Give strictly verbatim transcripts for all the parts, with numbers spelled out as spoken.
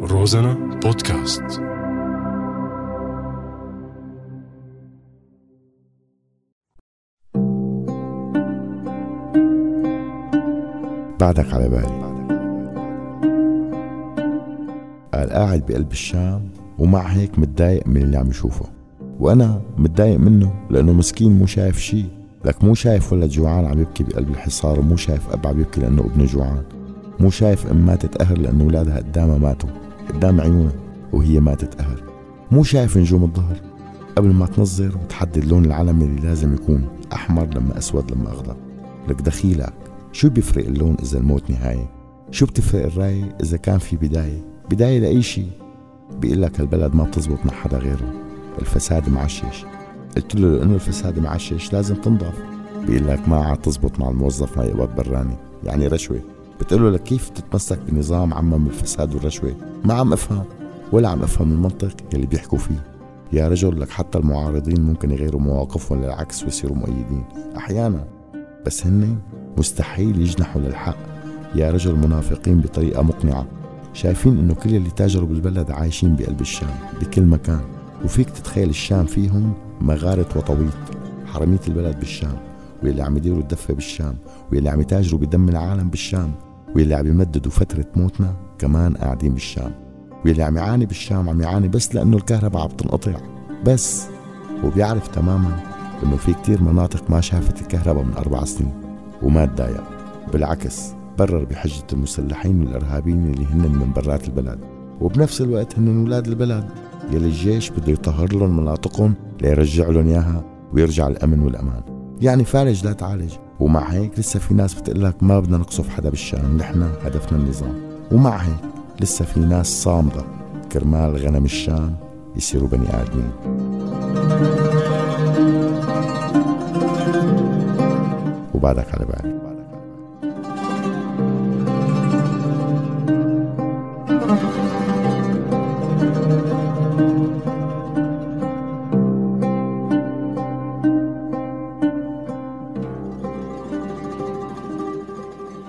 روزانا بودكاست. بعدك على بالي. قال قاعد بقلب الشام ومع هيك متضايق من اللي عم يشوفه، وأنا متضايق منه لأنه مسكين مو شايف شي. لك مو شايف ولد جوعان عم يبكي بقلب الحصار، ومو شايف أب عم يبكي لأنه ابنه جوعان، مو شايف أم ماتت قهر لأنه أولادها قدامها ماتوا قدام عيونه وهي ماتت قهر، مو شايف نجوم الظهر قبل ما تنظر وتحدد لون العلم اللي لازم يكون أحمر لما أسود لما أخضر. لك دخيلك شو بيفرق اللون إذا الموت نهاية؟ شو بتفرق الراية إذا كان في بداية بداية لأي شي؟ بيقلك هالبلد ما بتزبط مع حدا غيره، الفساد معشش. قلت له لأنه الفساد معشش لازم تنضف. بيقلك ما عاد تزبط مع الموظف ما يقبض براني، يعني رشوة. بتقوله لك كيف تتمسك بنظام عمم الفساد والرشوة؟ ما عم أفهم ولا عم أفهم المنطق يلي بيحكوا فيه. يا رجل لك حتى المعارضين ممكن يغيروا مواقفهم للعكس ويصيروا مؤيدين أحيانا، بس هن مستحيل يجنحوا للحق. يا رجل منافقين بطريقة مقنعة، شايفين انه كل اللي تاجروا بالبلد عايشين بقلب الشام بكل مكان، وفيك تتخيل الشام فيهم مغارة وطويط، حرمية البلد بالشام، واللي عم يديروا الدفة بالشام، واللي عم يتاجروا بدم العالم بالشام، واللي عم يمددوا فترة موتنا كمان قاعدين بالشام، واللي عم يعاني بالشام عم يعاني بس لأنه الكهرباء عم تنقطع بس. وبيعرف تماما انه في كتير مناطق ما شافت الكهرباء من أربع سنين وما تضايق، بالعكس برر بحجة المسلحين والإرهابيين اللي هن من برات البلد، وبنفس الوقت هن أولاد البلد يلي الجيش بده يطهر لهم مناطقهم ليرجع لهم إياها ويرجع الأمن والأمان. يعني فالج لا تعالج. ومع هيك لسه في ناس بتقلك ما بدنا نقصف حدا بالشام، نحن هدفنا النظام. ومع هيك لسه في ناس صامدة كرمال غنم الشام يصيروا بني آدمين. وبعدك على بالي.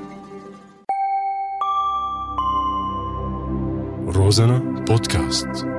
روزانا بودكاست.